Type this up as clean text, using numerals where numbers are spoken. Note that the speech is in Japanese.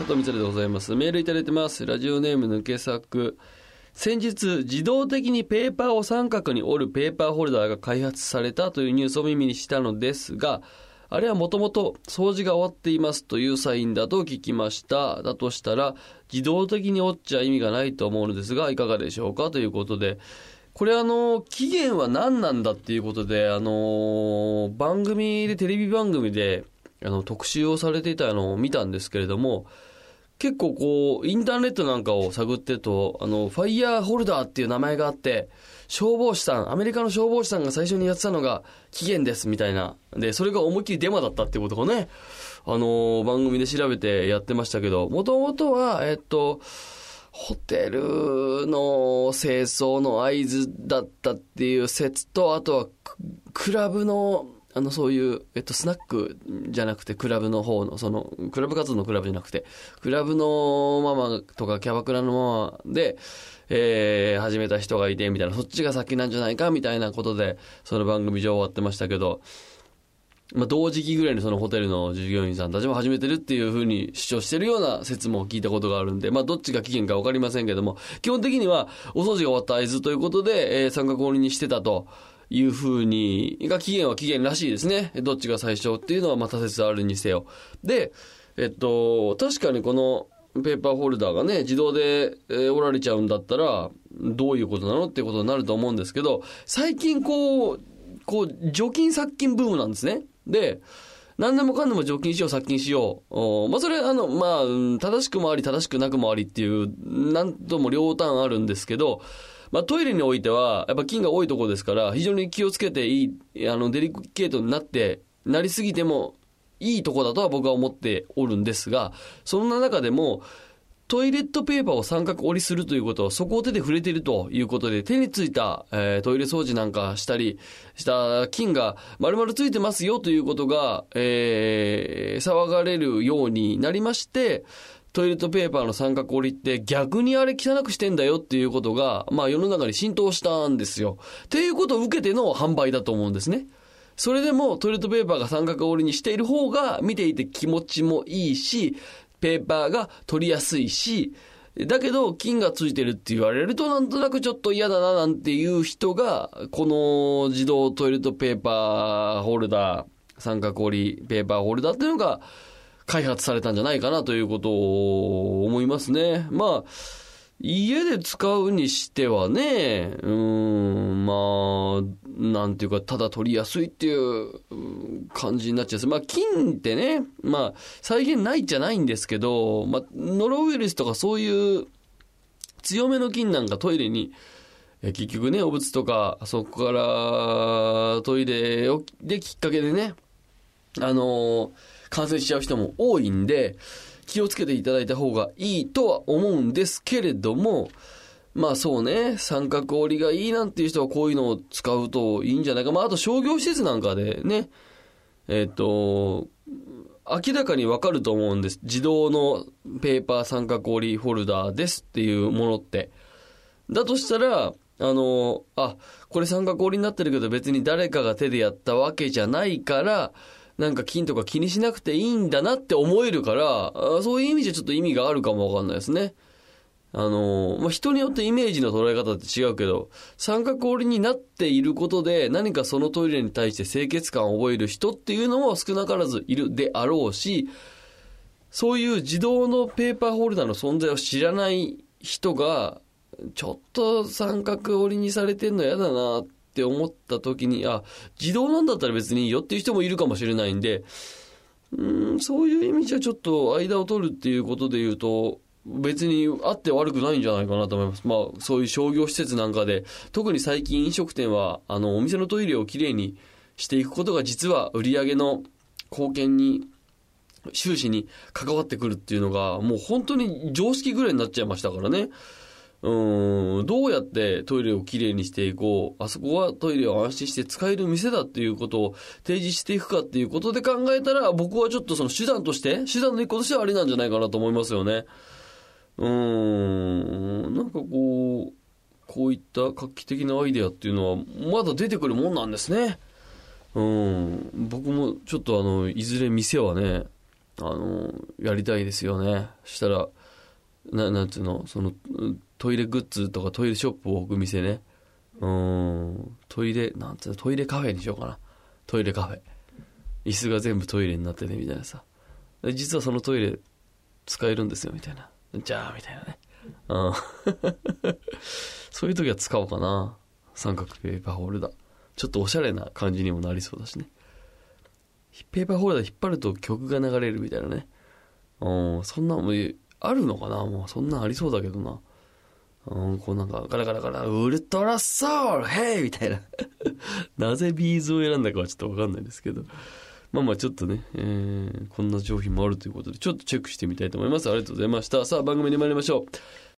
佐藤光でございます。メールいただいてます。ラジオネーム抜け作。先日自動的にペーパーを三角に折るペーパーホルダーが開発されたというニュースを耳にしたのですが、あれはもともと掃除が終わっていますというサインだと聞きました。だとしたら自動的に折っちゃ意味がないと思うのですが、いかがでしょうかということで、これ期限は何なんだっていうことで、番組で、テレビ番組で特集をされていたのを見たんですけれども、結構こうインターネットなんかを探ってるとファイヤーホルダーっていう名前があって、消防士さん、アメリカの消防士さんが最初にやってたのが期限ですみたいなで、それが思いっきりデマだったっていうことがね、番組で調べてやってましたけど、もともとはホテルの清掃の合図だったっていう説と、あとはクラブのそういう、スナックじゃなくて、クラブの方の、クラブ活動のクラブじゃなくて、クラブのママとかキャバクラのママで、始めた人がいて、みたいな、そっちが先なんじゃないか、みたいなことで、その番組上終わってましたけど、同時期ぐらいにそのホテルの従業員さんたちも始めてるっていう風に主張してるような説も聞いたことがあるんで、どっちが期限か分かりませんけども、基本的にはお掃除が終わった合図ということで、三角折りにしてたと。いう風に期限は期限らしいですね。どっちが最初っていうのは多説あるにせよ。で、確かにこのペーパーホルダーがね、自動で折られちゃうんだったらどういうことなのっていうことになると思うんですけど、最近こう除菌殺菌ブームなんですね。で、何でもかんでも除菌しよう殺菌しよう。それ正しくもあり正しくなくもありっていうなんとも両端あるんですけど、トイレにおいてはやっぱ菌が多いところですから非常に気をつけていいデリケートになりすぎてもいいところだとは僕は思っておるんですが、そんな中でもトイレットペーパーを三角折りするということはそこを手で触れているということで、手についた、トイレ掃除なんかした菌が丸々ついてますよということが、騒がれるようになりまして、トイレットペーパーの三角折りって逆にあれ汚くしてんだよっていうことが、世の中に浸透したんですよ。っていうことを受けての販売だと思うんですね。それでもトイレットペーパーが三角折りにしている方が見ていて気持ちもいいし、ペーパーが取りやすいし、だけど菌がついてるって言われるとなんとなくちょっと嫌だななんていう人が、この自動トイレットペーパーホルダー、三角折りペーパーホルダーっていうのが開発されたんじゃないかなということを思いますね。家で使うにしてはね、なんていうか、ただ取りやすいっていう感じになっちゃうんです。菌ってね、再現ないじゃないんですけど、ノロウイルスとかそういう強めの菌なんかトイレに、結局ね、お物とか、そこからトイレできっかけでね、感染しちゃう人も多いんで、気をつけていただいた方がいいとは思うんですけれども、そうね、三角折りがいいなんていう人はこういうのを使うといいんじゃないか。あと商業施設なんかでね、明らかにわかると思うんです。自動のペーパー三角折りホルダーですっていうものって。だとしたら、これ三角折りになってるけど別に誰かが手でやったわけじゃないから、なんか菌とか気にしなくていいんだなって思えるから、そういう意味じゃちょっと意味があるかもわかんないですね。人によってイメージの捉え方って違うけど、三角折りになっていることで何かそのトイレに対して清潔感を覚える人っていうのも少なからずいるであろうし、そういう自動のペーパーホルダーの存在を知らない人がちょっと三角折りにされてんの嫌だなって思った時に、自動なんだったら別にいいよっていう人もいるかもしれないんで、そういう意味じゃちょっと間を取るっていうことで言うと別にあって悪くないんじゃないかなと思います。そういう商業施設なんかで、特に最近飲食店はお店のトイレをきれいにしていくことが実は売り上げの貢献に収支に関わってくるっていうのがもう本当に常識ぐらいになっちゃいましたからね。どうやってトイレをきれいにしていこう、あそこはトイレを安心して使える店だっていうことを提示していくかっていうことで考えたら、僕はちょっとその手段の一個としてはありなんじゃないかなと思いますよね。なんかこういった画期的なアイデアっていうのはまだ出てくるもんなんですね。僕もちょっといずれ店はね、 やりたいですよね。したら、なんつうの、トイレグッズとかトイレショップを置く店ね。トイレカフェにしようかな。トイレカフェ。椅子が全部トイレになってね、みたいなさ。実はそのトイレ使えるんですよ、みたいな。じゃあ、みたいなね。そういう時は使おうかな。三角ペーパーホルダー。ちょっとおしゃれな感じにもなりそうだしね。ペーパーホルダー引っ張ると曲が流れるみたいなね。そんなのもあるのかな。もうそんなんありそうだけどな。こうなんかガラガラガラウルトラソウルヘイみたいななぜビーズを選んだかはちょっと分かんないですけど、まあちょっとね、こんな商品もあるということでちょっとチェックしてみたいと思います。ありがとうございました。さあ番組に参りましょう。